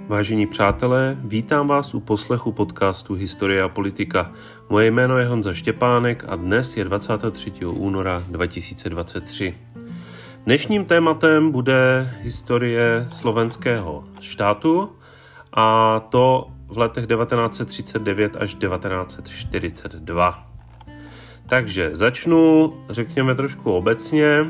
Vážení přátelé, vítám vás u poslechu podcastu Historie a politika. Moje jméno je Honza Štěpánek a dnes je 23. února 2023. Dnešním tématem bude historie slovenského štátu a to v letech 1939 až 1942. Takže začnu, řekněme trošku obecně.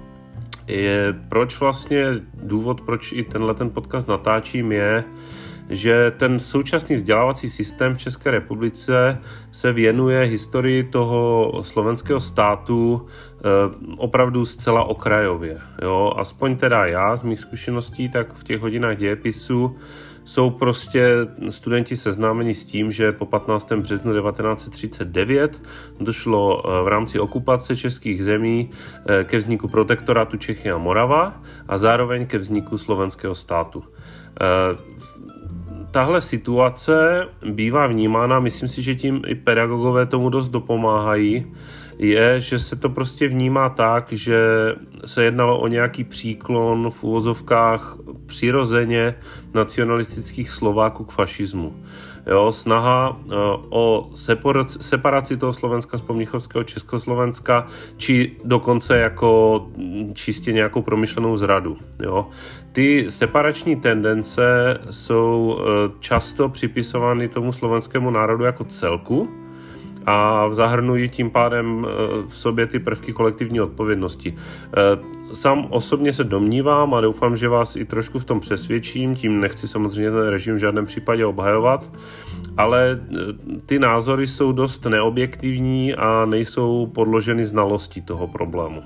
Důvod, proč i ten podcast natáčím, je, že ten současný vzdělávací systém v České republice se věnuje historii toho slovenského státu opravdu zcela okrajově. Jo? Aspoň teda já z mých zkušeností, tak v těch hodinách dějepisu jsou prostě studenti seznámeni s tím, že po 15. březnu 1939 došlo v rámci okupace českých zemí ke vzniku protektorátu Čechy a Morava a zároveň ke vzniku slovenského státu. Tahle situace bývá vnímána, myslím si, že tím i pedagogové tomu dost dopomáhají, je, že se to prostě vnímá tak, že se jednalo o nějaký příklon v uvozovkách přirozeně nacionalistických Slováků k fašismu. Jo, snaha o separaci toho Slovenska z pomnichovského Československa, či dokonce jako čistě nějakou promyšlenou zradu. Jo. Ty separační tendence jsou často připisovány tomu slovenskému národu jako celku, a zahrnují tím pádem v sobě ty prvky kolektivní odpovědnosti. Sám osobně se domnívám a doufám, že vás i trošku v tom přesvědčím, tím nechci samozřejmě ten režim v žádném případě obhajovat, ale ty názory jsou dost neobjektivní a nejsou podloženy znalostí toho problému.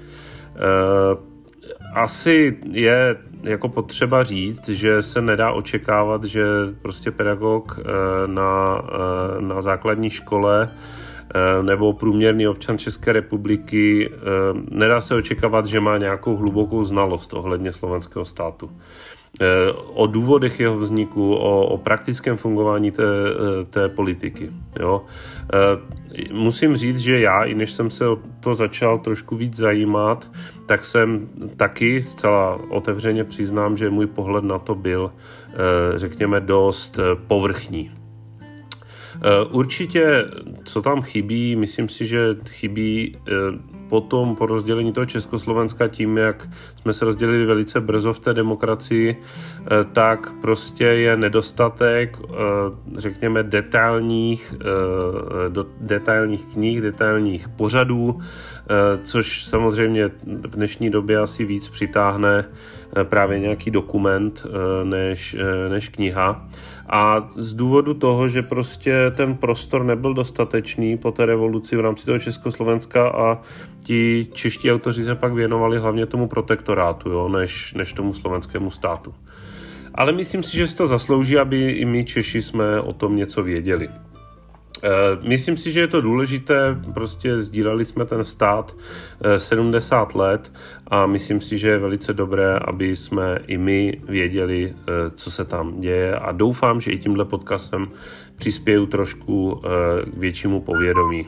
Asi je jako potřeba říct, že se nedá očekávat, že prostě pedagog na základní škole nebo průměrný občan České republiky nedá se očekávat, že má nějakou hlubokou znalost ohledně slovenského státu. O důvodech jeho vzniku, o praktickém fungování té politiky. Jo. Musím říct, že já, i než jsem se o to začal trošku víc zajímat, tak jsem taky zcela otevřeně přiznám, že můj pohled na to byl, řekněme, dost povrchní. Určitě, co tam chybí, myslím si, že chybí potom po rozdělení toho Československa tím, jak jsme se rozdělili velice brzo v té demokracii, tak prostě je nedostatek, řekněme, detailních knih, detailních pořadů, což samozřejmě v dnešní době asi víc přitáhne právě nějaký dokument než kniha. A z důvodu toho, že prostě ten prostor nebyl dostatečný po té revoluci v rámci toho Československa a ti čeští autoři se pak věnovali hlavně tomu protektorátu, jo, než tomu slovenskému státu. Ale myslím si, že si to zaslouží, aby i my Češi jsme o tom něco věděli. Myslím si, že je to důležité, prostě sdíleli jsme ten stát 70 let a myslím si, že je velice dobré, aby jsme i my věděli, co se tam děje a doufám, že i tímhle podcastem přispěju trošku k většímu povědomí.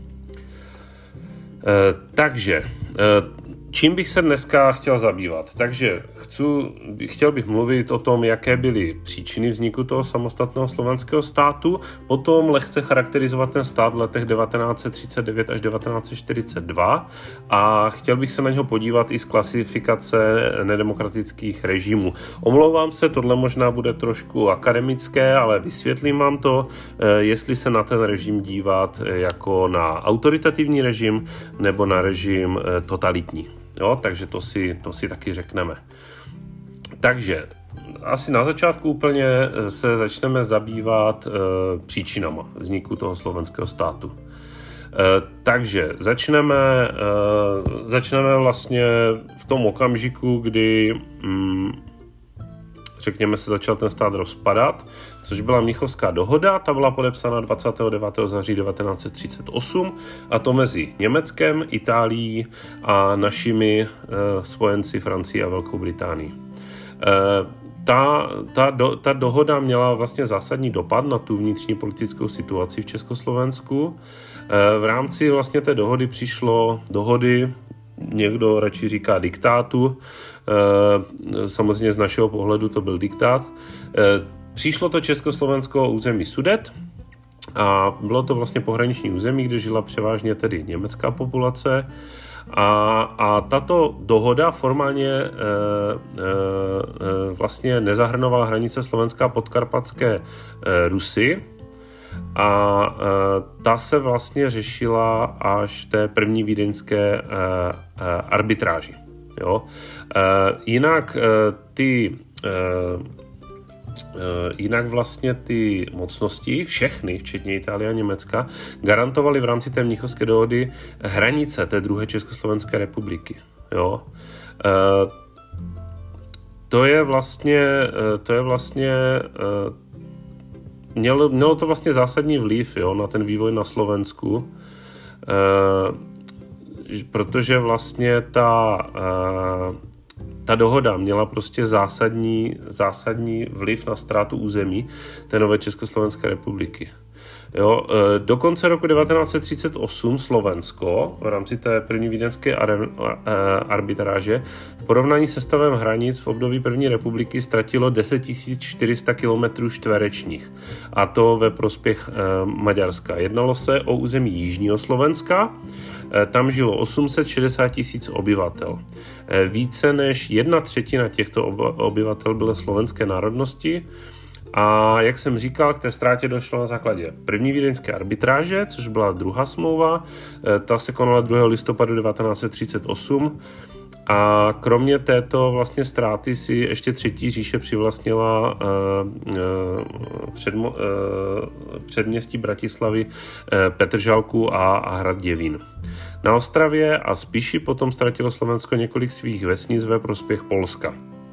Takže, čím bych se dneska chtěl zabývat? Takže chtěl bych mluvit o tom, jaké byly příčiny vzniku toho samostatného slovenského státu, potom lehce charakterizovat ten stát v letech 1939 až 1942 a chtěl bych se na něho podívat i z klasifikace nedemokratických režimů. Omlouvám se, tohle možná bude trošku akademické, ale vysvětlím vám to, jestli se na ten režim dívat jako na autoritativní režim nebo na režim totalitní. Jo, takže to si taky řekneme. Takže asi na začátku úplně se začneme zabývat příčinama vzniku toho slovenského státu. Takže začneme vlastně v tom okamžiku, kdy řekněme se začal ten stát rozpadat, což byla Mnichovská dohoda, ta byla podepsána 29. září 1938 a to mezi Německem, Itálií a našimi spojenci Francií a Velkou Británií. Ta dohoda měla vlastně zásadní dopad na tu vnitřní politickou situaci v Československu. V rámci vlastně té dohody přišlo dohody někdo radši říká diktátu, samozřejmě z našeho pohledu to byl diktát. Přišlo to Československo území Sudet a bylo to vlastně pohraniční území, kde žila převážně tedy německá populace. A tato dohoda formálně vlastně nezahrnovala hranice Slovenska a podkarpatské Rusy a ta se vlastně řešila až v té první vídeňské arbitráži. Jo? Jinak vlastně ty mocnosti, všechny, včetně Itálie a Německa, garantovaly v rámci té Mnichovské dohody hranice té druhé Československé republiky. Jo? To je vlastně mělo to vlastně zásadní vliv, jo, na ten vývoj na Slovensku, protože vlastně ta dohoda měla prostě zásadní vliv na ztrátu území té nové Československé republiky. Jo, do konce roku 1938 Slovensko v rámci té první vídeňské arbitráže v porovnání se stavem hranic v období první republiky ztratilo 10 400 km čtverečních, a to ve prospěch Maďarska. Jednalo se o území jižního Slovenska, tam žilo 860 000 obyvatel. Více než 1/3 těchto obyvatel bylo slovenské národnosti. A jak jsem říkal, k té ztrátě došlo na základě první vídeňské arbitráže, což byla druhá smlouva. Ta se konala 2. listopadu 1938. A kromě této vlastně ztráty si ještě Třetí říše přivlastnila předměstí Bratislavy Petržalku a hrad Děvín. Na Ostravě a Spiši potom ztratilo Slovensko několik svých vesnic ve prospěch Polska.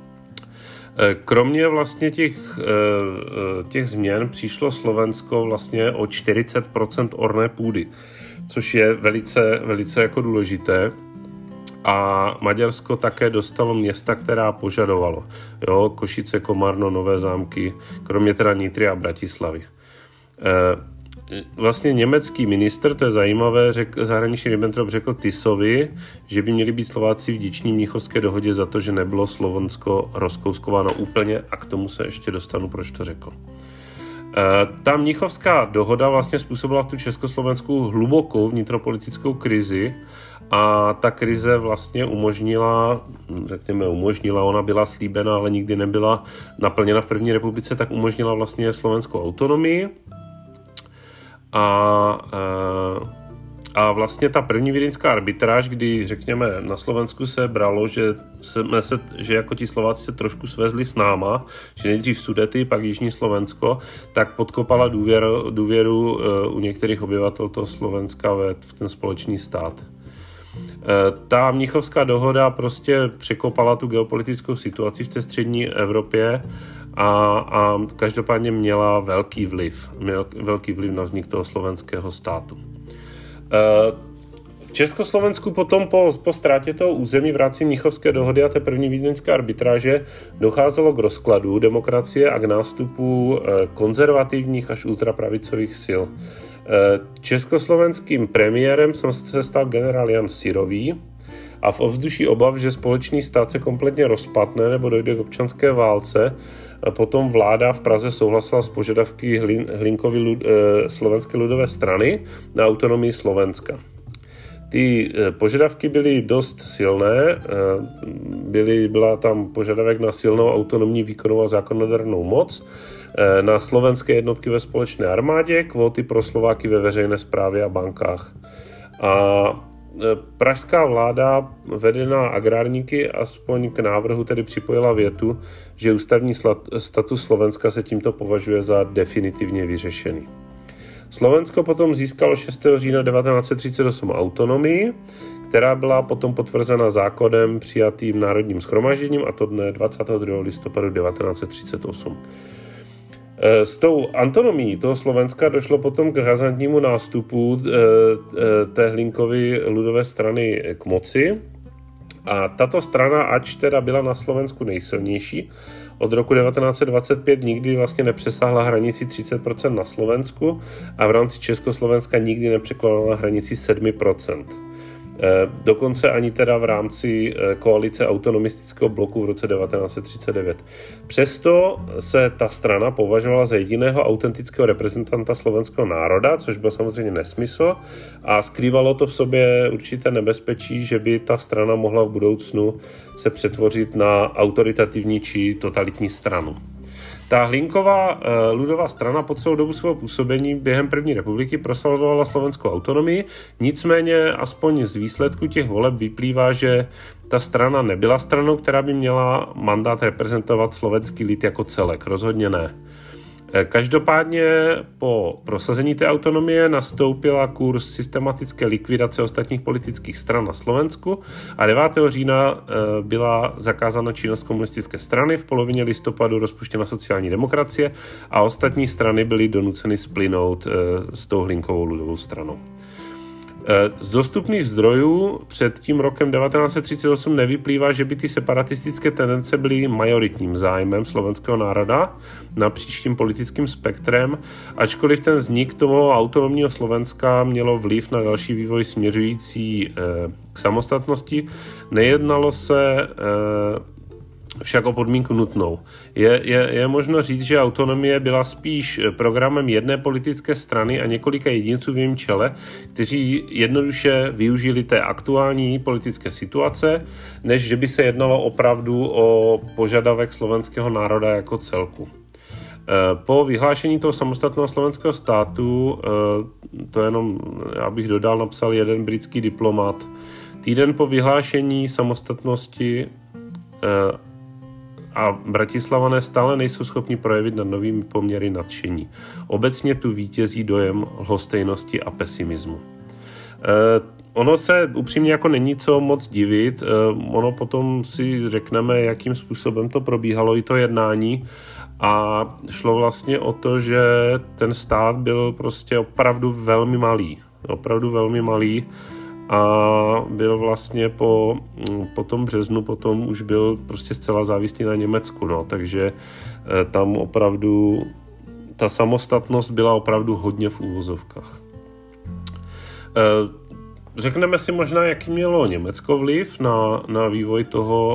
Kromě vlastně těch změn přišlo Slovensko vlastně o 40% orné půdy, což je velice jako důležité. A Maďarsko také dostalo města, která požadovalo. Jo, Košice, Komárno, Nové Zámky, kromě teda Nitry a Bratislavy. Vlastně německý ministr, to je zajímavé, zahraniční Ribbentrop řekl Tisovi, že by měli být Slováci vděční Mnichovské dohodě za to, že nebylo Slovensko rozkouskováno úplně, a k tomu se ještě dostanu, proč to řekl. Ta Mnichovská dohoda vlastně způsobila v tu Československu hlubokou vnitropolitickou krizi a ta krize vlastně umožnila, ona byla slíbena, ale nikdy nebyla naplněna v první republice, tak umožnila vlastně slovenskou autonomii. A vlastně ta první vídeňská arbitráž, kdy řekněme na Slovensku se bralo, že jako ti Slováci se trošku svezli s náma, že nejdřív Sudety, pak Jižní Slovensko, tak podkopala důvěru u některých obyvatel toho Slovenska v ten společný stát. Ta Mnichovská dohoda prostě překopala tu geopolitickou situaci v té střední Evropě a každopádně měla velký vliv na vznik toho slovenského státu. V Československu potom po ztrátě toho území v rámci Mnichovské dohody a té první vídeňské arbitráže docházelo k rozkladu demokracie a k nástupu konzervativních až ultrapravicových sil. Československým premiérem se stal generál Jan Syrový a v ovzduší obav, že společný stát se kompletně rozpadne nebo dojde k občanské válce, potom vláda v Praze souhlasila s požadavky Hlinkovy slovenské lidové strany na autonomii Slovenska. Ty požadavky byly dost silné, byla tam požadavek na silnou autonomní výkonnou a zákonodárnou moc, na slovenské jednotky ve společné armádě, kvóty pro Slováky ve veřejné správě a bankách. A pražská vláda, vedená agrárníky, aspoň k návrhu tedy připojila větu, že ústavní status Slovenska se tímto považuje za definitivně vyřešený. Slovensko potom získalo 6. října 1938 autonomii, která byla potom potvrzena zákonem přijatým Národním shromážděním, a to dne 22. listopadu 1938. S tou autonomií toho Slovenska došlo potom k razantnímu nástupu té Hlinkovy lidové strany k moci. A tato strana, ač teda byla na Slovensku nejsilnější, od roku 1925 nikdy vlastně nepřesáhla hranici 30% na Slovensku a v rámci Československa nikdy nepřekonala hranici 7%. Dokonce ani teda v rámci koalice autonomistického bloku v roce 1939. Přesto se ta strana považovala za jediného autentického reprezentanta slovenského národa, což byl samozřejmě nesmysl a skrývalo to v sobě určité nebezpečí, že by ta strana mohla v budoucnu se přetvořit na autoritativní či totalitní stranu. Ta Hlinková ludová strana po celou dobu svého působení během první republiky prosazovala slovenskou autonomii, nicméně aspoň z výsledku těch voleb vyplývá, že ta strana nebyla stranou, která by měla mandát reprezentovat slovenský lid jako celek, rozhodně ne. Každopádně po prosazení té autonomie nastoupila kurz systematické likvidace ostatních politických stran na Slovensku a 9. října byla zakázána činnost komunistické strany, v polovině listopadu rozpuštěna sociální demokracie a ostatní strany byly donuceny splynout s tou Hlinkovou ludovou stranou. Z dostupných zdrojů před tím rokem 1938 nevyplývá, že by ty separatistické tendence byly majoritním zájmem slovenského národa napříč tím politickým spektrem, ačkoliv ten vznik toho autonomního Slovenska mělo vliv na další vývoj směřující k samostatnosti. Nejednalo se však o podmínku nutnou. Je možno říct, že autonomie byla spíš programem jedné politické strany a několika jedinců v jejím čele, kteří jednoduše využili té aktuální politické situace, než že by se jednalo opravdu o požadavek slovenského národa jako celku. Po vyhlášení toho samostatného slovenského státu, to jenom, já bych dodal, napsal jeden britský diplomat, týden po vyhlášení samostatnosti a Bratislavané stále nejsou schopni projevit nad novými poměry nadšení. Obecně tu vítězí dojem lhostejnosti a pesimismu. Ono se upřímně jako není co moc divit, ono potom si řekneme, jakým způsobem to probíhalo i to jednání a šlo vlastně o to, že ten stát byl prostě opravdu velmi malý a byl vlastně po tom březnu potom už byl prostě zcela závislý na Německu, no, takže tam opravdu ta samostatnost byla opravdu hodně v úvozovkách. Řekneme si možná, jaký mělo Německo vliv na vývoj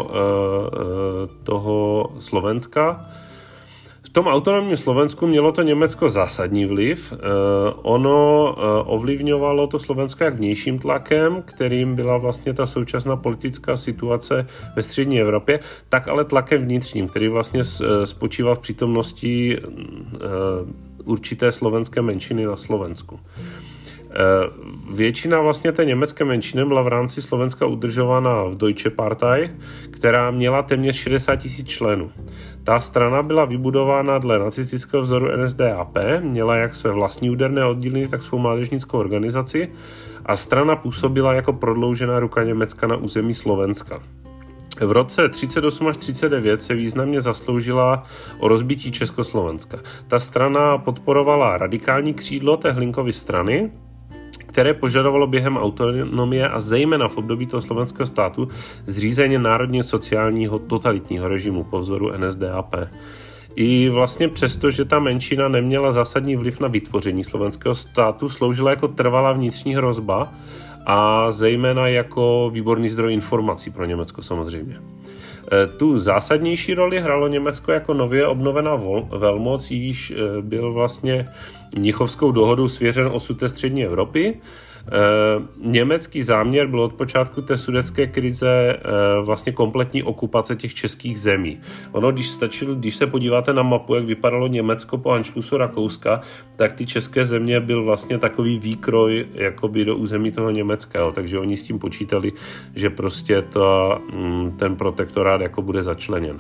toho Slovenska. V tom autonomním Slovensku mělo to Německo zásadní vliv. Ono ovlivňovalo to Slovensko jak vnějším tlakem, kterým byla vlastně ta současná politická situace ve střední Evropě, tak ale tlakem vnitřním, který vlastně spočíval v přítomnosti určité slovenské menšiny na Slovensku. Většina vlastně té německé menšiny byla v rámci Slovenska udržována v Deutsche Partei, která měla téměř 60 000 členů. Ta strana byla vybudována dle nacistického vzoru NSDAP, měla jak své vlastní úderné oddíly, tak svou mládežnickou organizaci a strana působila jako prodloužená ruka Německa na území Slovenska. V roce 1938 až 1939 se významně zasloužila o rozbití Československa. Ta strana podporovala radikální křídlo té Hlinkovy strany, které požadovalo během autonomie a zejména v období toho slovenského státu zřízení národně sociálního totalitního režimu po vzoru NSDAP. I vlastně přesto, že ta menšina neměla zásadní vliv na vytvoření slovenského státu, sloužila jako trvalá vnitřní hrozba a zejména jako výborný zdroj informací pro Německo samozřejmě. Tu zásadnější roli hrálo Německo jako nově obnovená velmoc, již byl vlastně Mnichovskou dohodou svěřen osud té střední Evropy. Německý záměr byl od počátku té sudetské krize vlastně kompletní okupace těch českých zemí. Ono, když se podíváte na mapu, jak vypadalo Německo po Anschlussu Rakouska, tak ty české země byl vlastně takový výkroj jakoby do území toho německého, takže oni s tím počítali, že prostě ten protektorát jako bude začleněn.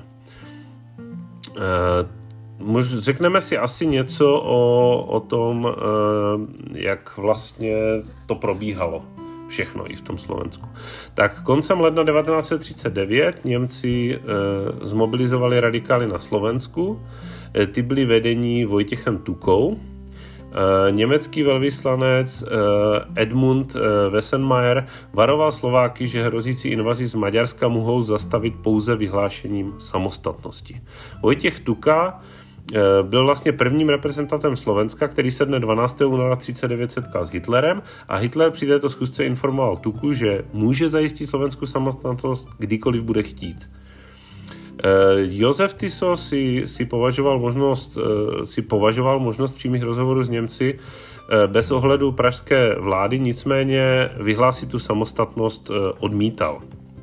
Řekneme si asi něco o tom, jak vlastně to probíhalo všechno i v tom Slovensku. Tak koncem ledna 1939 Němci zmobilizovali radikály na Slovensku. Ty byli vedení Vojtěchem Tukou. Německý velvyslanec Edmund Wessenmayer varoval Slováky, že hrozící invazi z Maďarska mohou zastavit pouze vyhlášením samostatnosti. Vojtěch Tuka byl vlastně prvním reprezentantem Slovenska, který se dne 12. února 1939 setkal s Hitlerem a Hitler při této schůzce informoval Tuku, že může zajistit slovenskou samostatnost kdykoliv bude chtít. Josef Tiso si považoval možnost přímých rozhovorů s Němci bez ohledu pražské vlády, nicméně vyhlásit tu samostatnost odmítal.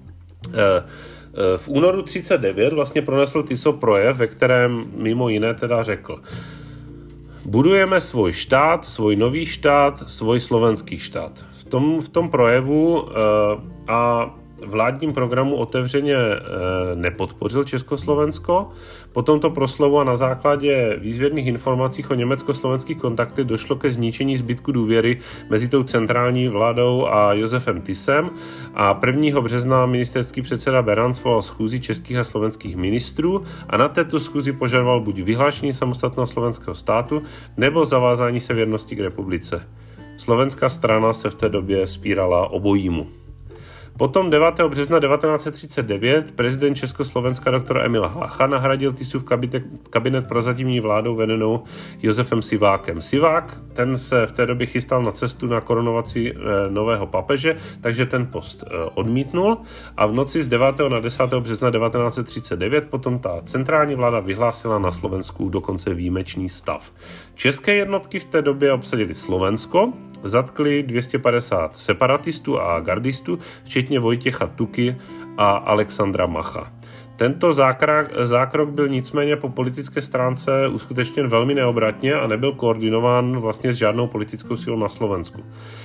V únoru 1939 vlastně pronesl Tiso projev, ve kterém mimo jiné teda řekl: budujeme svůj štát, svůj nový štát, svůj slovenský štát. V tom projevu a vládním programu otevřeně nepodpořil Československo. Po tomto proslovu a na základě výzvědných informací o německo-slovenských kontaktech došlo ke zničení zbytku důvěry mezi tou centrální vládou a Josefem Tisem a 1. března ministerský předseda Beran svolal schůzi českých a slovenských ministrů a na této schůzi požadoval buď vyhlášení samostatného slovenského státu nebo zavázání se věrnosti k republice. Slovenská strana se v té době spírala obojímu. Potom 9. března 1939 prezident Československa dr. Emil Hácha nahradil Tisův kabinet prozatímní vládou vedenou Josefem Sivákem. Sivák, ten se v té době chystal na cestu na korunovaci nového papeže, takže ten post odmítnul a v noci z 9. na 10. března 1939 potom ta centrální vláda vyhlásila na Slovensku dokonce výjimečný stav. České jednotky v té době obsadily Slovensko, zatkli 250 separatistů a gardistů, včetně Vojtěcha Tuky a Alexandra Macha. Tento zákrok byl nicméně po politické stránce uskutečněn velmi neobratně a nebyl koordinován vlastně s žádnou politickou silou na Slovensku.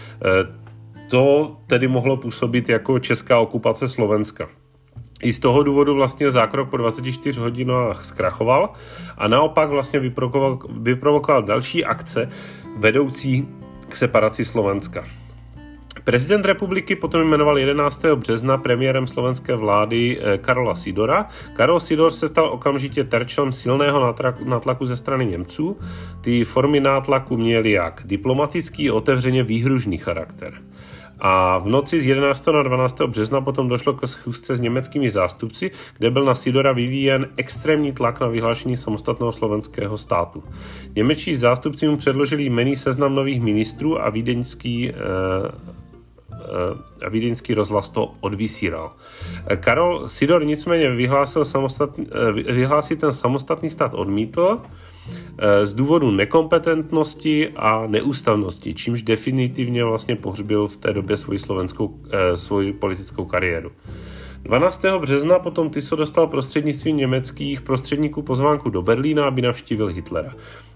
To tedy mohlo působit jako česká okupace Slovenska. I z toho důvodu vlastně zákrok po 24 hodinách zkrachoval a naopak vlastně vyprovokoval další akce vedoucí k separaci Slovenska. Prezident republiky potom jmenoval 11. března premiérem slovenské vlády Karola Sidora. Karol Sidor se stal okamžitě terčem silného nátlaku ze strany Němců. Ty formy nátlaku měly jak diplomatický, otevřeně výhružný charakter. A v noci z 11. na 12. března potom došlo k schůzce s německými zástupci, kde byl na Sidora vyvíjen extrémní tlak na vyhlášení samostatného slovenského státu. Němečtí zástupci mu předložili jmenný seznam nových ministrů a vídeňský rozhlas to odvysílal. Karol Sidor nicméně vyhlásit ten samostatný stát odmítl z důvodu nekompetentnosti a neústavnosti, čímž definitivně vlastně pohřbil v té době svoji politickou kariéru. 12. března potom Tiso dostal prostřednictvím německých prostředníků pozvánku do Berlína, aby navštívil Hitlera.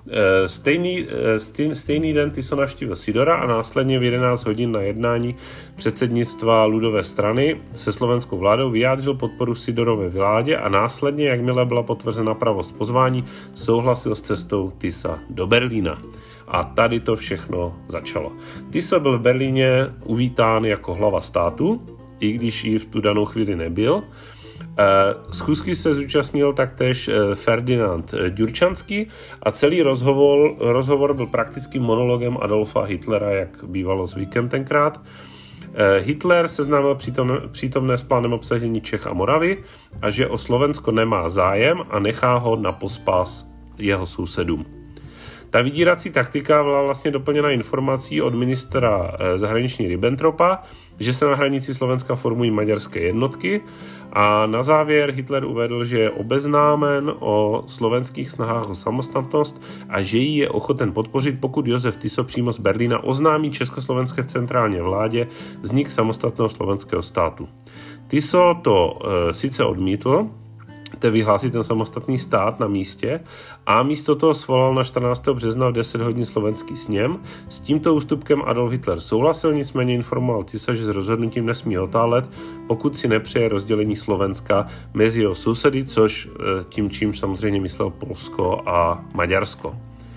Stejný den Tiso navštívil Sidora a následně v 11 hodin na jednání předsednictva Ludové strany se slovenskou vládou vyjádřil podporu Sidorové vládě a následně, jakmile byla potvrzena pravost pozvání, souhlasil s cestou Tisa do Berlína. A tady to všechno začalo. Tiso byl v Berlíně uvítán jako hlava státu, i když ji v tu danou chvíli nebyl. Schůzky se zúčastnil taktéž Ferdinand Ďurčanský a celý rozhovor byl praktickým monologem Adolfa Hitlera, jak bývalo zvykem tenkrát. Hitler seznámil přítomné s plánem obsažení Čech a Moravy a že o Slovensko nemá zájem a nechá ho na pospas jeho sousedům. Ta vydírací taktika byla vlastně doplněna informací od ministra zahraniční Ribbentropa, že se na hranici Slovenska formují maďarské jednotky a na závěr Hitler uvedl, že je obeznámen o slovenských snahách o samostatnost a že ji je ochoten podpořit, pokud Josef Tiso přímo z Berlína oznámí československé centrální vládě vznik samostatného slovenského státu. Tiso to sice odmítl, vyhlásit ten samostatný stát na místě a místo toho svolal na 14. března v 10 hodin slovenský sněm. S tímto ústupkem Adolf Hitler souhlasil, nicméně informoval Tisa, že s rozhodnutím nesmí otálet, pokud si nepřeje rozdělení Slovenska mezi jeho sousedy, což čím samozřejmě myslel Polsko a Maďarsko.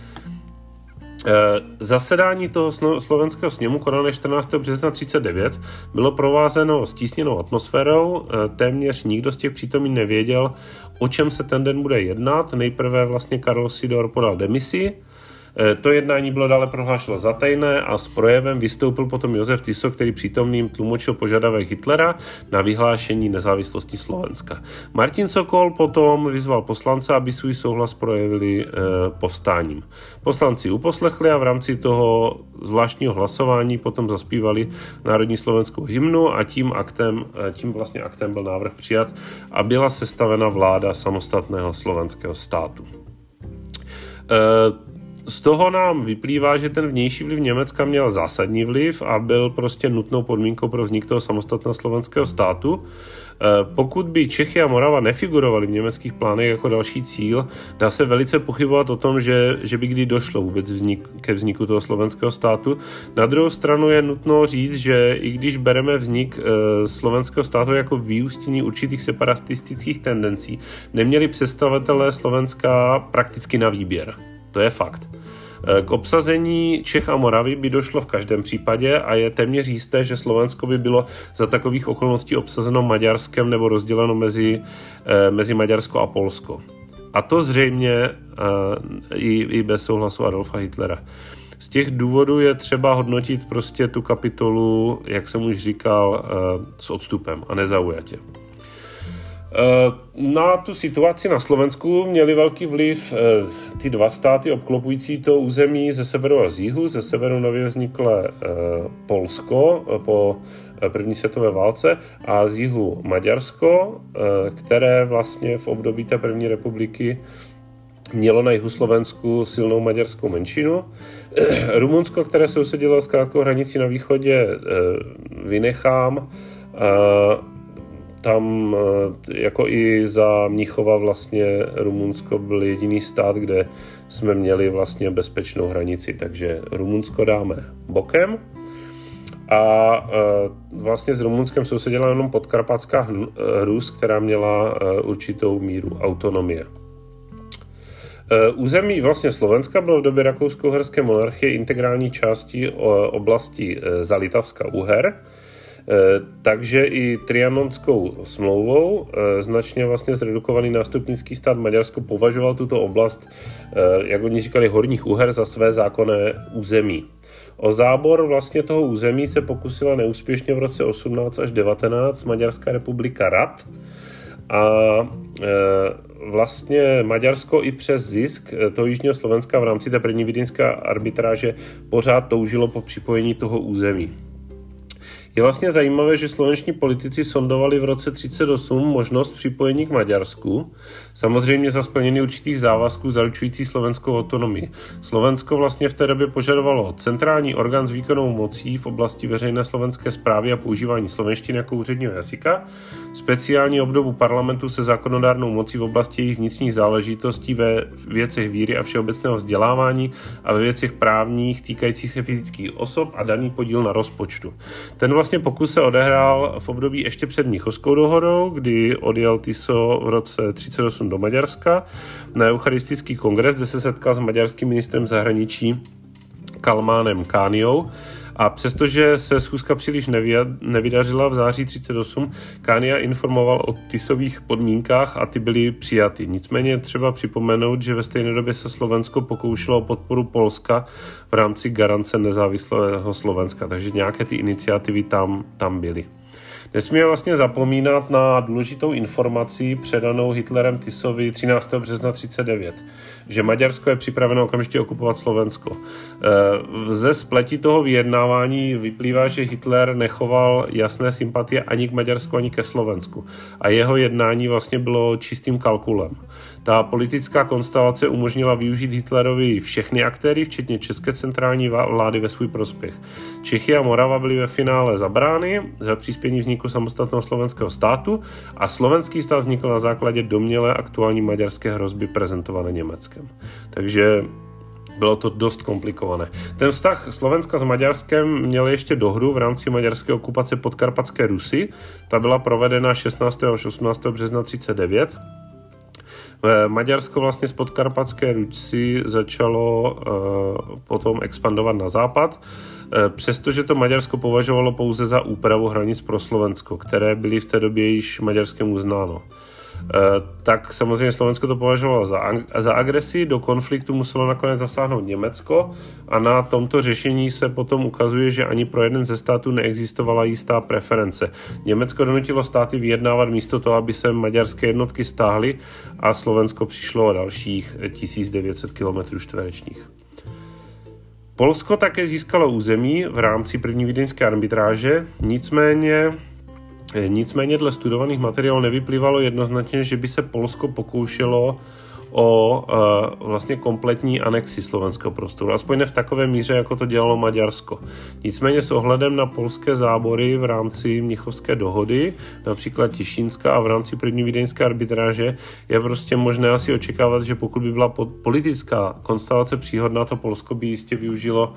Zasedání toho slovenského sněmu konané 14. března 1939 bylo provázeno stísněnou atmosférou, téměř nikdo z těch přítomných nevěděl, o čem se ten den bude jednat. Nejprve vlastně Karol Sidor podal demisi, To jednání bylo dále prohlášeno za tajné a s projevem vystoupil potom Josef Tiso, který přítomným tlumočil požadavek Hitlera na vyhlášení nezávislosti Slovenska. Martin Sokol potom vyzval poslance, aby svůj souhlas projevili povstáním. Poslanci uposlechli a v rámci toho zvláštního hlasování potom zaspívali národní slovenskou hymnu a tím vlastně aktem byl návrh přijat a byla sestavena vláda samostatného slovenského státu. Z toho nám vyplývá, že ten vnější vliv Německa měl zásadní vliv a byl prostě nutnou podmínkou pro vznik toho samostatného slovenského státu. Pokud by Čechy a Morava nefigurovaly v německých plánech jako další cíl, dá se velice pochybovat o tom, že by kdy došlo vůbec ke vzniku toho slovenského státu. Na druhou stranu je nutno říct, že i když bereme vznik slovenského státu jako vyústění určitých separatistických tendencí, neměli představitelé Slovenska prakticky na výběr. To je fakt. K obsazení Čech a Moravy by došlo v každém případě a je téměř jisté, že Slovensko by bylo za takových okolností obsazeno Maďarskem nebo rozděleno mezi Maďarsko a Polsko. A to zřejmě i bez souhlasu Adolfa Hitlera. Z těch důvodů je třeba hodnotit prostě tu kapitolu, jak jsem už říkal, s odstupem a nezaujatě. Na tu situaci na Slovensku měli velký vliv ty dva státy obklopující to území ze severu a z jihu. Ze severu nově vzniklé Polsko po první světové válce a z jihu Maďarsko, které vlastně v období té první republiky mělo na jihu Slovensku silnou maďarskou menšinu. Rumunsko, které sousedilo s krátkou hranicí na východě, vynechám. Tam jako i za Mnichova vlastně Rumunsko byl jediný stát, kde jsme měli vlastně bezpečnou hranici, takže Rumunsko dáme bokem. A vlastně s Rumunskem sousedila jenom podkarpatská Rus, která měla určitou míru autonomie. Území vlastně Slovenska bylo v době rakousko-uherské monarchie integrální částí oblasti Zalitavska-Uher, takže i Trianonskou smlouvou značně vlastně zredukovaný nástupnický stát Maďarsko považoval tuto oblast, jak oni říkali, Horních Uher za své zákonné území. O zábor vlastně toho území se pokusila neúspěšně v roce 18 až 19 Maďarská republika Rad a vlastně Maďarsko i přes zisk toho jižního Slovenska v rámci té první vídeňské arbitráže pořád toužilo po připojení toho území. Je vlastně zajímavé, že slovenští politici sondovali v roce 1938 možnost připojení k Maďarsku, samozřejmě za splnění určitých závazků zaručující slovenskou autonomii. Slovensko vlastně v té době požadovalo centrální orgán s výkonnou mocí v oblasti veřejné slovenské správy a používání slovenštiny jako úředního jazyka, speciální obdobu parlamentu se zákonodárnou mocí v oblasti jejich vnitřních záležitostí ve věcech víry a všeobecného vzdělávání a ve věcech právních týkajících se fyzických osob a daný podíl na rozpočtu. Ten vlastně pokus se odehrál v období ještě před Mnichovskou dohodou, kdy odjel Tiso v roce 1938 do Maďarska na eucharistický kongres, kde se setkal s maďarským ministrem zahraničí Kalmánem Kániou. A přestože se schůzka příliš nevydařila v září 1938, Kánia informoval o Tisových podmínkách a ty byly přijaty. Nicméně třeba připomenout, že ve stejné době se Slovensko pokoušelo o podporu Polska v rámci garance nezávislého Slovenska, takže nějaké ty iniciativy tam byly. Nesmíme vlastně zapomínat na důležitou informaci předanou Hitlerem Tisovi 13. března 1939, že Maďarsko je připraveno okamžitě okupovat Slovensko. Ze spleti toho vyjednávání vyplývá, že Hitler nechoval jasné sympatie ani k Maďarsku, ani ke Slovensku. A jeho jednání vlastně bylo čistým kalkulem. Ta politická konstelace umožnila využít Hitlerovi všechny aktéry, včetně české centrální vlády ve svůj prospěch. Čechy a Morava byly ve finále zabrány za přispění vzniku samostatného slovenského státu a slovenský stát vznikl na základě domnělé aktuální maďarské hrozby prezentované Německem. Takže bylo to dost komplikované. Ten vztah Slovenska s Maďarskem měl ještě dohru v rámci maďarské okupace Podkarpatské Rusy. Ta byla provedena 16. až 18. března 1939. Maďarsko vlastně z Podkarpatské Rusy začalo potom expandovat na západ, přestože to Maďarsko považovalo pouze za úpravu hranic pro Slovensko, které byly v té době již Maďarskému uznáno. tak samozřejmě Slovensko to považovalo za agresi, do konfliktu muselo nakonec zasáhnout Německo a na tomto řešení se potom ukazuje, že ani pro jeden ze států neexistovala jistá preference. Německo donutilo státy vyjednávat místo toho, aby se maďarské jednotky stáhly a Slovensko přišlo o dalších 1900 km čtverečních. Polsko také získalo území v rámci první vídeňské arbitráže, nicméně dle studovaných materiálů nevyplývalo jednoznačně, že by se Polsko pokoušelo o vlastně kompletní anexi slovenského prostoru, aspoň ne v takové míře, jako to dělalo Maďarsko. Nicméně s ohledem na polské zábory v rámci Mnichovské dohody, například Těšínska a v rámci první vídeňské arbitráže, je prostě možné asi očekávat, že pokud by byla politická konstelace příhodná, to Polsko by jistě využilo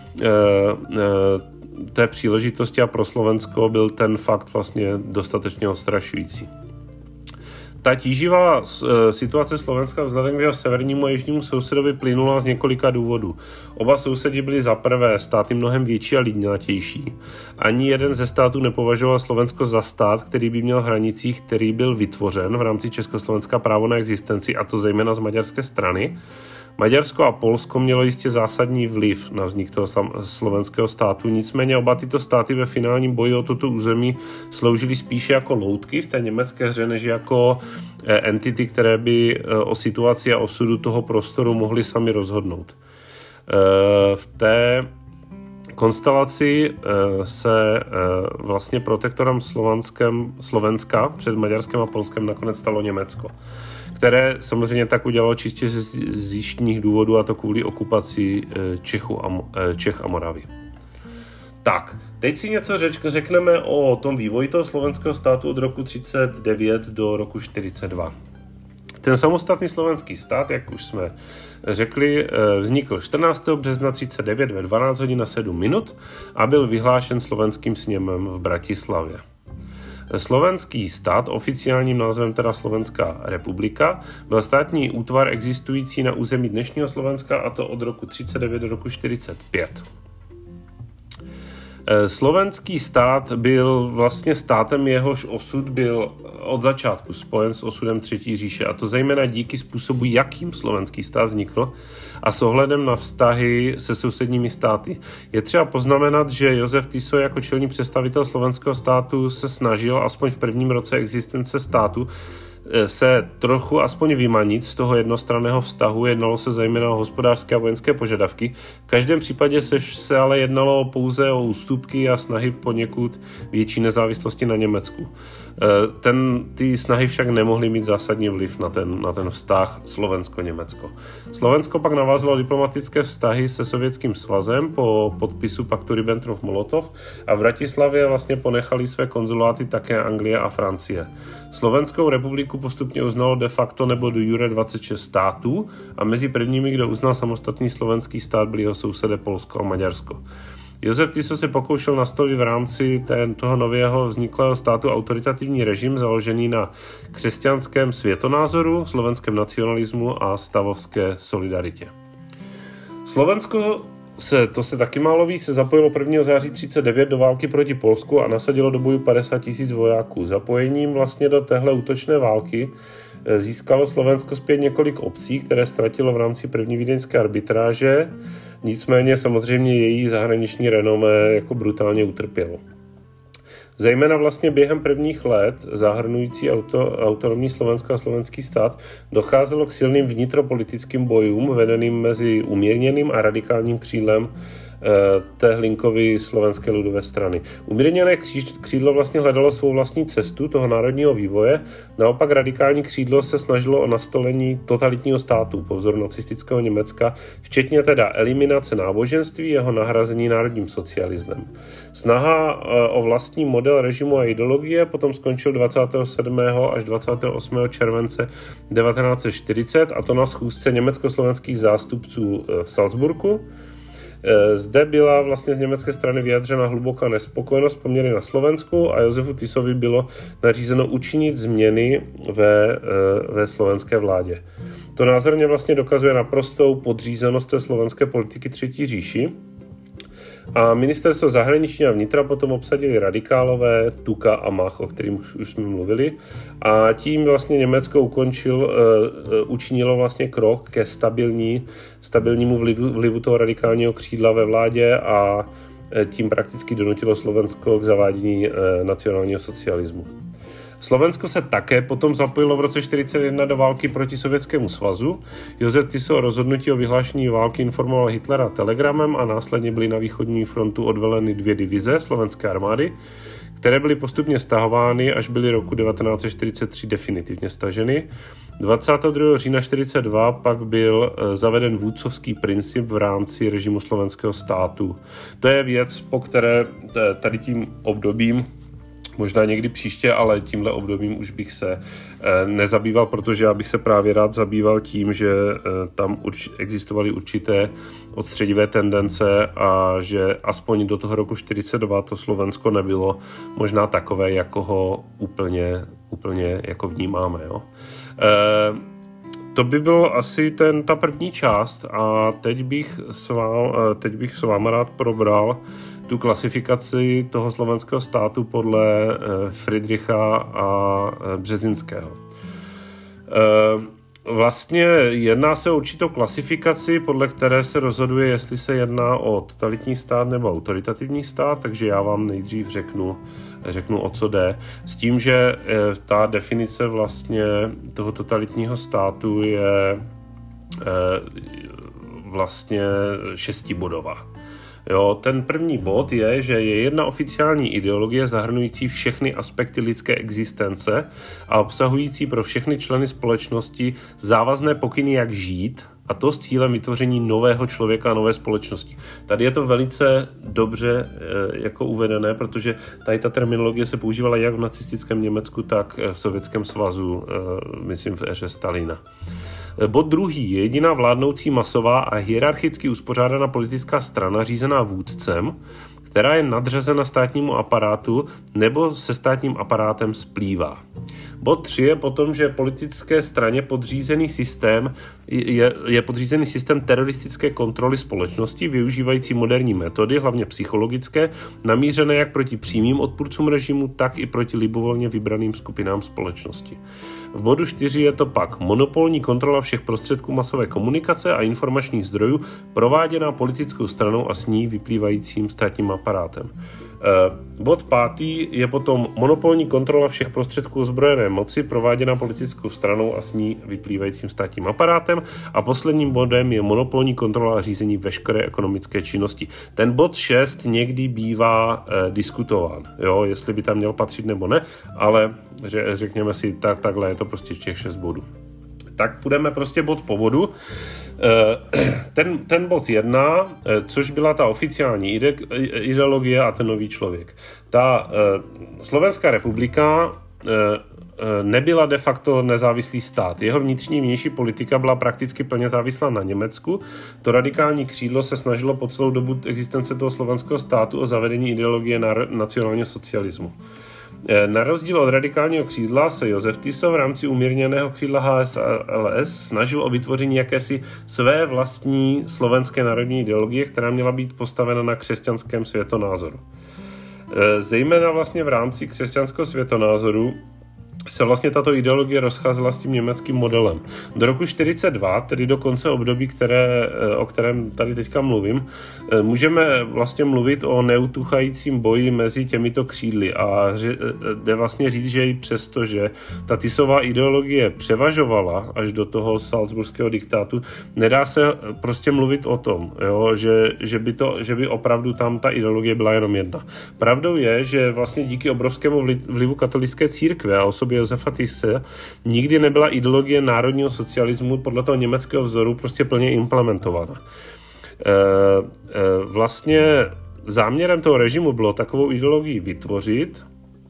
té příležitosti a pro Slovensko byl ten fakt vlastně dostatečně odstrašující. Ta tíživá situace Slovenska vzhledem k jeho severnímu a jižnímu sousedovi plynula z několika důvodů. Oba sousedi byli za prvé státy mnohem větší a lidnatější. Ani jeden ze států nepovažoval Slovensko za stát, který by měl v hranicích, který byl vytvořen v rámci Československa právo na existenci, a to zejména z maďarské strany. Maďarsko a Polsko mělo jistě zásadní vliv na vznik toho slovenského státu, nicméně oba tyto státy ve finálním boji o toto území sloužily spíše jako loutky v té německé hře, než jako entity, které by o situaci a osudu toho prostoru mohly sami rozhodnout. V té konstelaci se vlastně protektorem Slovenska před Maďarskem a Polskem nakonec stalo Německo, které samozřejmě tak udělalo čistě z jižních důvodů, a to kvůli okupaci Čech a Moravy. Tak, teď si něco řekneme o tom vývoji toho slovenského státu od roku 1939 do roku 1942. Ten samostatný slovenský stát, jak už jsme řekli, vznikl 14. března 1939 ve 12 hodin a 7 minut a byl vyhlášen slovenským sněmem v Bratislavě. Slovenský stát, oficiálním názvem teda Slovenská republika, byl státní útvar existující na území dnešního Slovenska, a to od roku 1939 do roku 1945. Slovenský stát byl vlastně státem, jehož osud byl od začátku spojen s osudem Třetí říše, a to zejména díky způsobu, jakým slovenský stát vznikl a s ohledem na vztahy se sousedními státy. Je třeba poznamenat, že Josef Tiso jako čelný představitel slovenského státu se snažil aspoň v prvním roce existence státu se trochu aspoň vymanit z toho jednostranného vztahu, jednalo se zejména o hospodářské a vojenské požadavky. V každém případě se ale jednalo pouze o ústupky a snahy poněkud větší nezávislosti na Německu. Ty snahy však nemohly mít zásadní vliv na ten vztah Slovensko-Německo. Slovensko pak navázalo diplomatické vztahy se Sovětským svazem po podpisu paktu Ribbentrop-Molotov a v Bratislavě vlastně ponechali své konzuláty také Anglie a Francie. Slovenskou republiku postupně uznalo de facto nebo de jure 26 států a mezi prvními, kdo uznal samostatný slovenský stát, byli jeho sousedé Polsko a Maďarsko. Josef Tiso se pokoušel nastolit v rámci toho nového vzniklého státu autoritativní režim založený na křesťanském světonázoru, slovenském nacionalismu a stavovské solidaritě. Slovensko to se taky málo ví, se zapojilo 1. září 1939 do války proti Polsku a nasadilo do boju 50 000 vojáků. Zapojením vlastně do téhle útočné války získalo Slovensko zpět několik obcí, které ztratilo v rámci první vídeňské arbitráže, nicméně samozřejmě její zahraniční renomé jako brutálně utrpělo. Zejména vlastně během prvních let, zahrnující autonomní Slovensko a slovenský stát, docházelo k silným vnitropolitickým bojům vedeným mezi umírněným a radikálním křídlem té Hlinkovy slovenské lidové strany. Umírněné křídlo vlastně hledalo svou vlastní cestu toho národního vývoje, naopak radikální křídlo se snažilo o nastolení totalitního státu po vzoru nacistického Německa, včetně teda eliminace náboženství, jeho nahrazení národním socialismem. Snaha o vlastní model režimu a ideologie potom skončil 27. až 28. července 1940, a to na schůzce německo-slovenských zástupců v Salzburgu. Zde byla vlastně z německé strany vyjadřena hluboká nespokojenost poměry na Slovensku a Josefu Tisovi bylo nařízeno učinit změny ve slovenské vládě. To názorně vlastně dokazuje naprostou podřízenost té slovenské politiky Třetí říši A ministerstvo zahraničí a vnitra potom obsadili radikálové Tuka a Mach, o kterým už jsme mluvili. A tím vlastně Německo učinilo vlastně krok ke stabilnímu vlivu toho radikálního křídla ve vládě a tím prakticky donutilo Slovensko k zavádění nacionálního socialismu. Slovensko se také potom zapojilo v roce 1941 do války proti Sovětskému svazu. Josef Tiso o rozhodnutí o vyhlášení války informoval Hitlera telegramem a následně byly na východní frontu odveleny 2 divize slovenské armády, které byly postupně stahovány, až byly roku 1943 definitivně staženy. 22. října 1942 pak byl zaveden vůdcovský princip v rámci režimu slovenského státu. To je věc, po které tady tím obdobím, možná někdy příště, ale tímhle obdobím už bych se nezabýval, protože já bych se právě rád zabýval tím, že tam existovaly určité odstředivé tendence a že aspoň do toho roku 1942 to Slovensko nebylo možná takové, jako ho úplně jako vnímáme. Jo? To by byl asi ta první část a teď bych s váma rád probral tu klasifikaci toho slovenského státu podle Friedricha a Březinského. Vlastně jedná se o určitou klasifikaci, podle které se rozhoduje, jestli se jedná o totalitní stát nebo autoritativní stát, takže já vám nejdřív řeknu, o co jde. S tím, že ta definice vlastně toho totalitního státu je vlastně 6bodová. Jo, ten první bod je, že je jedna oficiální ideologie zahrnující všechny aspekty lidské existence a obsahující pro všechny členy společnosti závazné pokyny, jak žít, a to s cílem vytvoření nového člověka a nové společnosti. Tady je to velice dobře jako uvedené, protože tady ta terminologie se používala jak v nacistickém Německu, tak v Sovětském svazu, myslím v éře Stalina. Bod druhý je jediná vládnoucí masová a hierarchicky uspořádaná politická strana řízená vůdcem, která je nadřazena státnímu aparátu nebo se státním aparátem splývá. Bod 3 je potom, že politické straně je podřízený systém teroristické kontroly společnosti, využívající moderní metody, hlavně psychologické, namířené jak proti přímým odpůrcům režimu, tak i proti libovolně vybraným skupinám společnosti. V bodu 4 je to pak monopolní kontrola všech prostředků masové komunikace a informačních zdrojů prováděná politickou stranou a s ní vyplývajícím státním aparátem. Bod 5 je potom monopolní kontrola všech prostředků ozbrojené moci prováděná politickou stranou a s ní vyplývajícím státním aparátem a posledním bodem je monopolní kontrola a řízení veškeré ekonomické činnosti. Ten bod 6 někdy bývá diskutován, jo, jestli by tam měl patřit nebo ne, ale řekněme si, takhle je to prostě těch 6 bodů. Tak půjdeme prostě bod po bodu. Ten bod 1, což byla ta oficiální ideologie a ten nový člověk. Ta Slovenská republika nebyla de facto nezávislý stát. Jeho vnitřní vnější politika byla prakticky plně závislá na Německu. To radikální křídlo se snažilo po celou dobu existence toho slovenského státu o zavedení ideologie nacionálního socialismu. Na rozdíl od radikálního křídla se Josef Tiso v rámci umírněného křídla HSLS snažil o vytvoření jakési své vlastní slovenské národní ideologie, která měla být postavena na křesťanském světonázoru. Zejména vlastně v rámci křesťanského světonázoru se vlastně tato ideologie rozcházela s tím německým modelem. Do roku 1942, tedy do konce období, o kterém tady teďka mluvím, můžeme vlastně mluvit o neutuchajícím boji mezi těmito křídly a jde vlastně říct, že i přesto, že ta Tisová ideologie převažovala až do toho salzburského diktátu, nedá se prostě mluvit o tom, jo, že by opravdu tam ta ideologie byla jenom jedna. Pravdou je, že vlastně díky obrovskému vlivu katolické církve a osobě Josefa Tisse nikdy nebyla ideologie národního socialismu podle toho německého vzoru prostě plně implementována. Vlastně záměrem toho režimu bylo takovou ideologii vytvořit.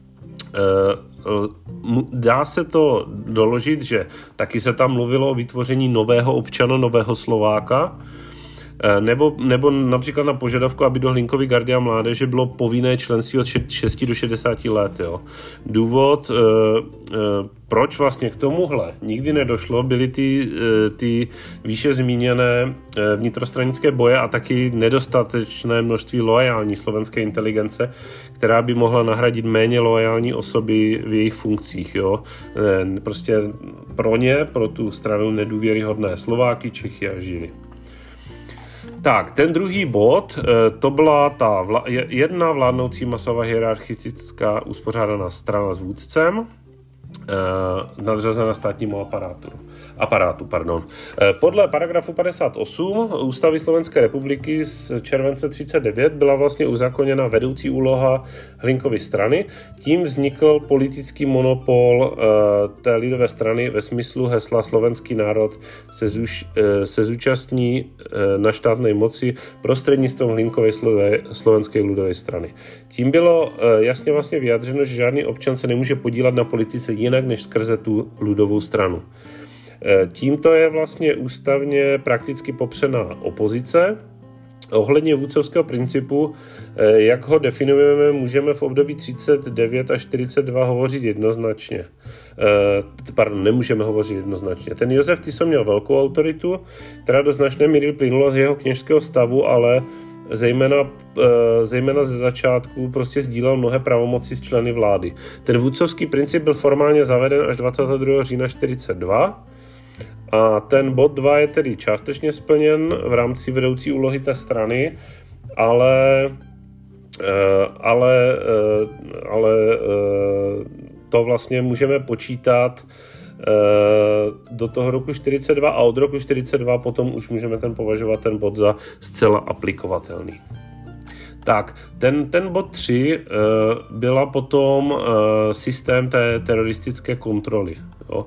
Dá se to doložit, že taky se tam mluvilo o vytvoření nového občana, nového Slováka. Nebo například na požadavku, aby do Hlinkovy gardy a mládeže bylo povinné členství od 6 do 60 let. Jo. Důvod, proč vlastně k tomuhle nikdy nedošlo, byly ty výše zmíněné vnitrostranické boje a taky nedostatečné množství loajální slovenské inteligence, která by mohla nahradit méně loajální osoby v jejich funkcích. Jo. Prostě pro tu stranu nedůvěryhodné Slováky, Čechy a Žily. Tak, ten druhý bod, to byla ta jedna vládnoucí masová hierarchistická uspořádaná strana s vůdcem, nadřazená státnímu aparátu. Podle paragrafu 58 Ústavy Slovenské republiky z července 39 byla vlastně uzákoněna vedoucí úloha Hlinkovy strany. Tím vznikl politický monopol té lidové strany ve smyslu hesla slovenský národ se zúčastní na štátnej moci prostřednictvím Hlinkovej slovenské lidové strany. Tím bylo jasně vlastně vyjádřeno, že žádný občan se nemůže podílet na politice jinak než skrze tu lidovou stranu. Tímto je vlastně ústavně prakticky popřená opozice. Ohledně vůdcovského principu, jak ho definujeme, můžeme v období 39 až 42 hovořit jednoznačně. Nemůžeme hovořit jednoznačně. Ten Josef Tiso měl velkou autoritu, která do značné míry plynula z jeho kněžského stavu, ale zejména ze začátku prostě sdílel mnohé pravomoci s členy vlády. Ten vůdcovský princip byl formálně zaveden až 22. října 42 a ten bod 2 je tedy částečně splněn v rámci vedoucí úlohy té strany, ale to vlastně můžeme počítat do toho roku 42 a od roku 42 potom už můžeme považovat ten bod za zcela aplikovatelný. Tak, ten bod 3 byla potom systém té teroristické kontroly. Jo.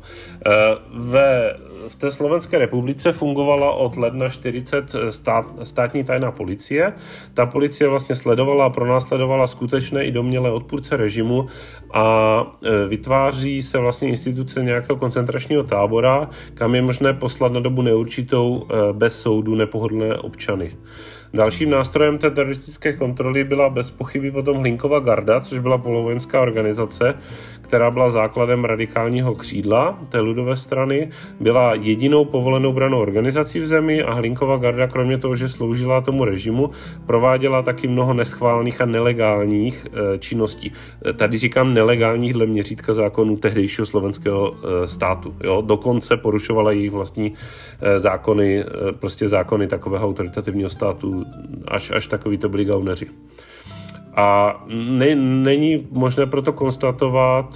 V té Slovenské republice fungovala od ledna 40 státní tajná policie. Ta policie vlastně sledovala a pronásledovala skutečné i domnělé odpůrce režimu a vytváří se vlastně instituce nějakého koncentračního tábora, kam je možné poslat na dobu neurčitou bez soudu nepohodlné občany. Dalším nástrojem té teroristické kontroly byla bez pochyby potom Hlinkova garda, což byla polovojenská organizace, která byla základem radikálního křídla té lidové strany, byla jedinou povolenou brannou organizací v zemi a Hlinkova garda, kromě toho, že sloužila tomu režimu, prováděla taky mnoho neschválených a nelegálních činností. Tady říkám nelegálních dle měřítka zákonů tehdejšího slovenského státu. Jo? Dokonce porušovala jejich vlastní zákony, prostě zákony takového autoritativního státu, až takový to byli gauneři. A není možné proto konstatovat,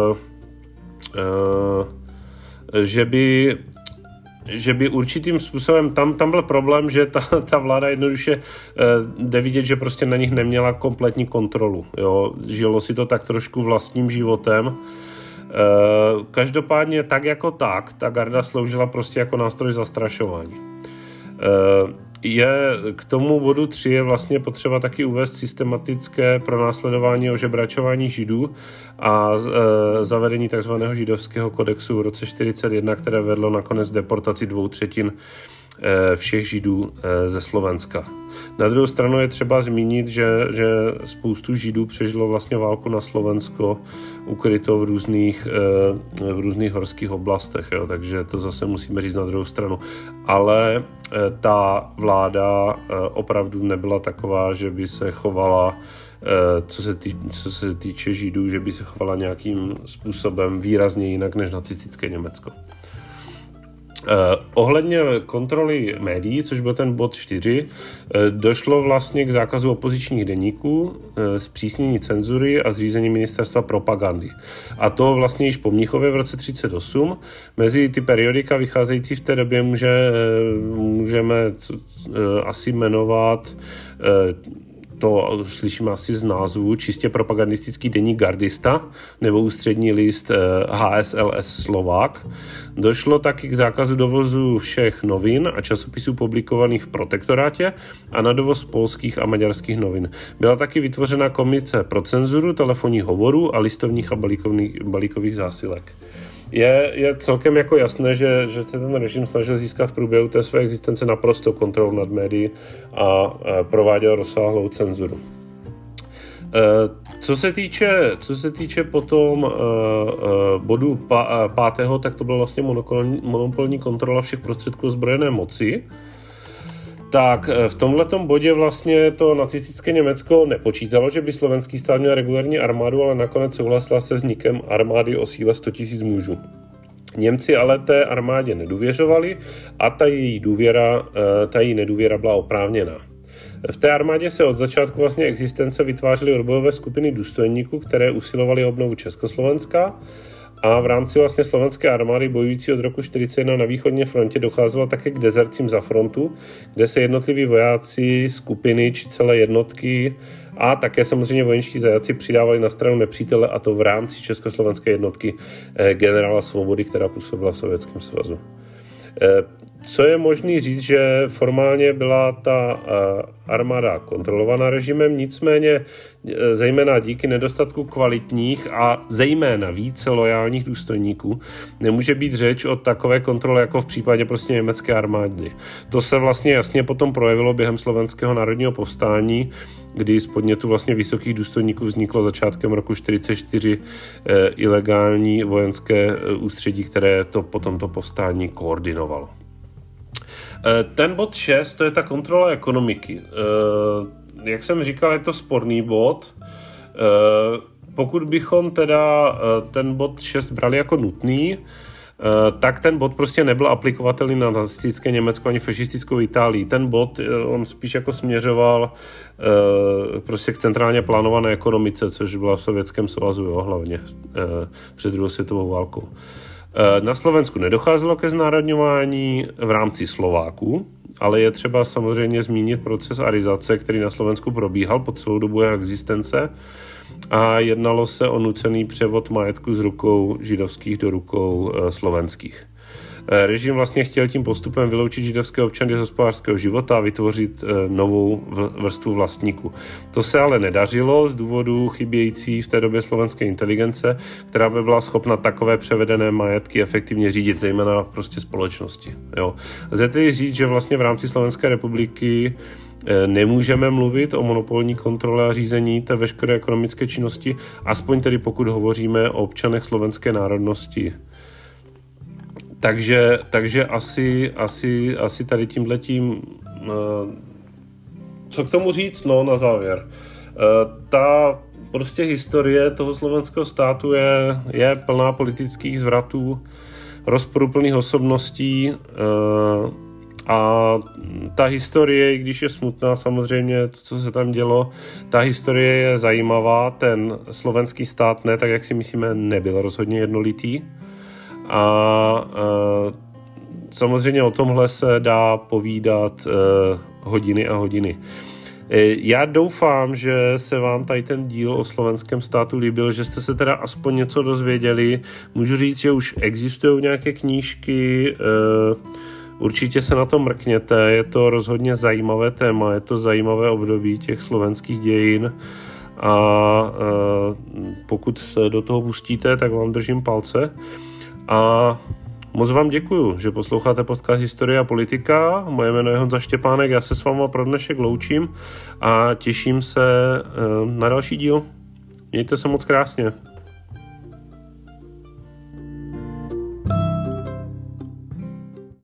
že by určitým způsobem, tam byl problém, že ta vláda jednoduše jde vidět, že prostě na nich neměla kompletní kontrolu. Jo? Žilo si to tak trošku vlastním životem. Každopádně tak jako tak, ta garda sloužila prostě jako nástroj zastrašování. K tomu bodu 3 je vlastně potřeba taky uvést systematické pronásledování a ožebračování židů a zavedení takzvaného židovského kodexu v roce 1941, které vedlo nakonec deportaci 2/3 všech židů ze Slovenska. Na druhou stranu je třeba zmínit, že spoustu židů přežilo vlastně válku na Slovensko ukryto v různých horských oblastech, jo, takže to zase musíme říct na druhou stranu. Ale ta vláda opravdu nebyla taková, že by se chovala, co se týče židů, že by se chovala nějakým způsobem výrazně jinak než nacistické Německo. Ohledně kontroly médií, což byl ten bod 4, došlo vlastně k zákazu opozičních deníků, zpřísnění cenzury a zřízení ministerstva propagandy. A to vlastně již po Mnichově v roce 1938. Mezi ty periodika vycházející v té době můžeme asi jmenovat, to slyšíme asi z názvu, čistě propagandistický deník Gardista nebo ústřední list HSLS Slovák. Došlo taky k zákazu dovozu všech novin a časopisů publikovaných v protektorátě a na dovoz polských a maďarských novin. Byla taky vytvořena komise pro cenzuru telefonních hovorů a listovních a balíkových zásilek. Je celkem jako jasné, že se ten režim snažil získat v průběhu té své existence naprosto kontrolu nad médií a prováděl rozsáhlou cenzuru. Co se týče potom bodu 5., tak to byla vlastně monopolní kontrola všech prostředků ozbrojené moci. Tak v tomhletom bodě vlastně to nacistické Německo nepočítalo, že by slovenský stát měl regulární armádu, ale nakonec souhlasila se vznikem armády o síle 100 000 mužů. Němci ale té armádě nedůvěřovali a ta její nedůvěra byla oprávněná. V té armádě se od začátku vlastně existence vytvářely odbojové skupiny důstojníků, které usilovaly o obnovu Československa, a v rámci vlastně slovenské armády bojující od roku 1941 na východní frontě docházelo také k dezercím za frontu, kde se jednotliví vojáci, skupiny či celé jednotky a také samozřejmě vojenští zajaci přidávali na stranu nepřítele, a to v rámci československé jednotky generála Svobody, která působila v Sovětském svazu. Co je možný říct, že formálně byla ta armáda kontrolovaná režimem, nicméně zejména díky nedostatku kvalitních a zejména více lojálních důstojníků nemůže být řeč o takové kontrole jako v případě prostě německé armády. To se vlastně jasně potom projevilo během slovenského národního povstání, kdy z podnětu vlastně vysokých důstojníků vzniklo začátkem roku 1944 ilegální vojenské ústředí, které potom to povstání koordinovalo. Ten bod 6, to je ta kontrola ekonomiky. Jak jsem říkal, je to sporný bod. Pokud bychom teda ten bod 6 brali jako nutný, tak ten bod prostě nebyl aplikovatelný na nacistické Německo ani fašistickou Itálii. Ten bod, on spíš jako směřoval prostě k centrálně plánované ekonomice, což byla v Sovětském svazu, jo, hlavně před druhou světovou válkou. Na Slovensku nedocházelo ke znárodňování v rámci Slováků, ale je třeba samozřejmě zmínit proces arizace, který na Slovensku probíhal po celou dobu jeho existence, a jednalo se o nucený převod majetku z rukou židovských do rukou slovenských. Režim vlastně chtěl tím postupem vyloučit židovské občany z hospodářského života a vytvořit novou vrstvu vlastníků. To se ale nedařilo z důvodu chybějící v té době slovenské inteligence, která by byla schopna takové převedené majetky efektivně řídit, zejména prostě společnosti. Jo. Lze tedy říct, že vlastně v rámci Slovenské republiky nemůžeme mluvit o monopolní kontrole a řízení té veškeré ekonomické činnosti, aspoň tedy pokud hovoříme o občanech slovenské národnosti. Takže asi tady tímhletím, co k tomu říct, no na závěr. Ta prostě historie toho slovenského státu je plná politických zvratů, rozporuplných osobností, a ta historie, i když je smutná samozřejmě, to, co se tam dělo, ta historie je zajímavá, ten slovenský stát ne, tak jak si myslíme, nebyl rozhodně jednolitý. A samozřejmě o tomhle se dá povídat hodiny a hodiny. Já doufám, že se vám tady ten díl o slovenském státu líbil, že jste se teda aspoň něco dozvěděli. Můžu říct, že už existují nějaké knížky, určitě se na to mrkněte, je to rozhodně zajímavé téma, je to zajímavé období těch slovenských dějin, a pokud se do toho pustíte, tak vám držím palce. A moc vám děkuju, že posloucháte podcast Historie a politika. Moje jméno je Honza Štěpánek, já se s váma pro dnešek loučím a těším se na další díl. Mějte se moc krásně.